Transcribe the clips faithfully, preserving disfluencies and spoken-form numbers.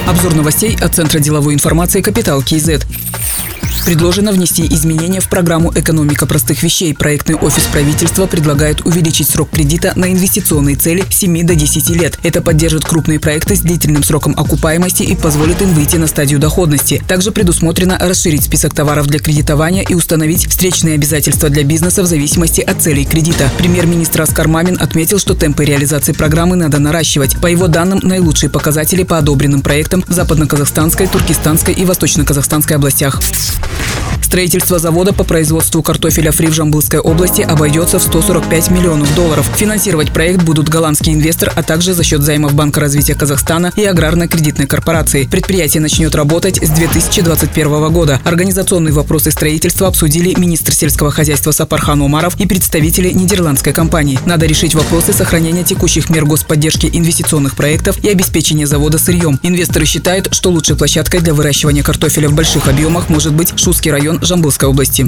Обзор новостей от Центра деловой информации «Капитал КИЗ». Предложено внести изменения в программу «Экономика простых вещей». Проектный офис правительства предлагает увеличить срок кредита на инвестиционные цели с семи до десяти лет. Это поддержит крупные проекты с длительным сроком окупаемости и позволит им выйти на стадию доходности. Также предусмотрено расширить список товаров для кредитования и установить встречные обязательства для бизнеса в зависимости от целей кредита. Премьер-министр Оскар Мамин отметил, что темпы реализации программы надо наращивать. По его данным, наилучшие показатели по одобренным проектам в Западно-Казахстанской, Туркестанской и Восточно-Казахстанской областях. Строительство завода по производству картофеля фри в Жамбылской области обойдется в сто сорок пять миллионов долларов. Финансировать проект будут голландский инвестор, а также за счет займов Банка развития Казахстана и Аграрной кредитной корпорации. Предприятие начнет работать с две тысячи двадцать первого года. Организационные вопросы строительства обсудили министр сельского хозяйства Сапархан Омаров и представители нидерландской компании. Надо решить вопросы сохранения текущих мер господдержки инвестиционных проектов и обеспечения завода сырьем. Инвесторы считают, что лучшей площадкой для выращивания картофеля в больших объемах может быть Шузский район Жамбылской области.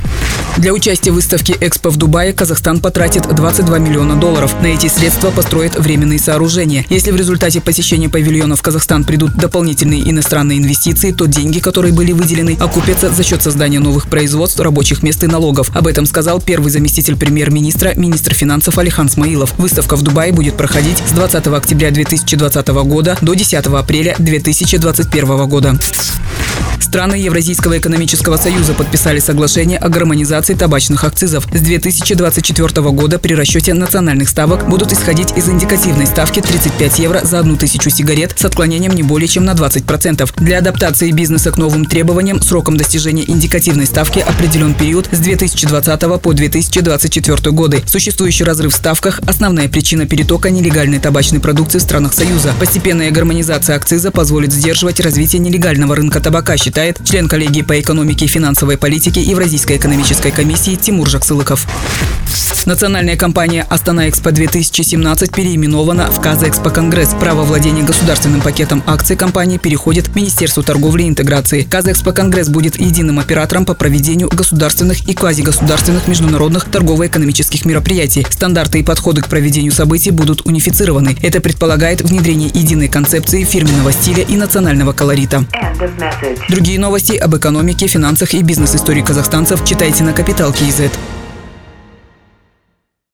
Для участия в выставке «Экспо» в Дубае Казахстан потратит двадцать два миллиона долларов. На эти средства построят временные сооружения. Если в результате посещения павильона в Казахстан придут дополнительные иностранные инвестиции, то деньги, которые были выделены, окупятся за счет создания новых производств, рабочих мест и налогов. Об этом сказал первый заместитель премьер-министра, министр финансов Алихан Смаилов. Выставка в Дубае будет проходить с двадцатого октября две тысячи двадцатого года до десятого апреля две тысячи двадцать первого года. Страны Евразийского экономического союза подписали соглашение о гармонизации табачных акцизов. С две тысячи двадцать четвёртого года при расчете национальных ставок будут исходить из индикативной ставки тридцать пять евро за одну тысячу сигарет с отклонением не более чем на двадцать процентов. Для адаптации бизнеса к новым требованиям сроком достижения индикативной ставки определен период с две тысячи двадцатого по две тысячи двадцать четвёртый годы. Существующий разрыв в ставках – основная причина перетока нелегальной табачной продукции в странах Союза. Постепенная гармонизация акциза позволит сдерживать развитие нелегального рынка табака, считает член коллегии по экономике и финансовой политике Евразийской экономической комиссии Тимур Жаксылыков. Национальная компания «Астана-Экспо-две тысячи семнадцать» переименована в «Казэкспо-Конгресс». Право владения государственным пакетом акций компании переходит к Министерству торговли и интеграции. «Казэкспо-Конгресс» будет единым оператором по проведению государственных и квазигосударственных международных торгово-экономических мероприятий. Стандарты и подходы к проведению событий будут унифицированы. Это предполагает внедрение единой концепции фирменного стиля и национального колорита. Другие новости об экономике, финансах и бизнес-истории казахстанцев читайте на Капитал КИЗ.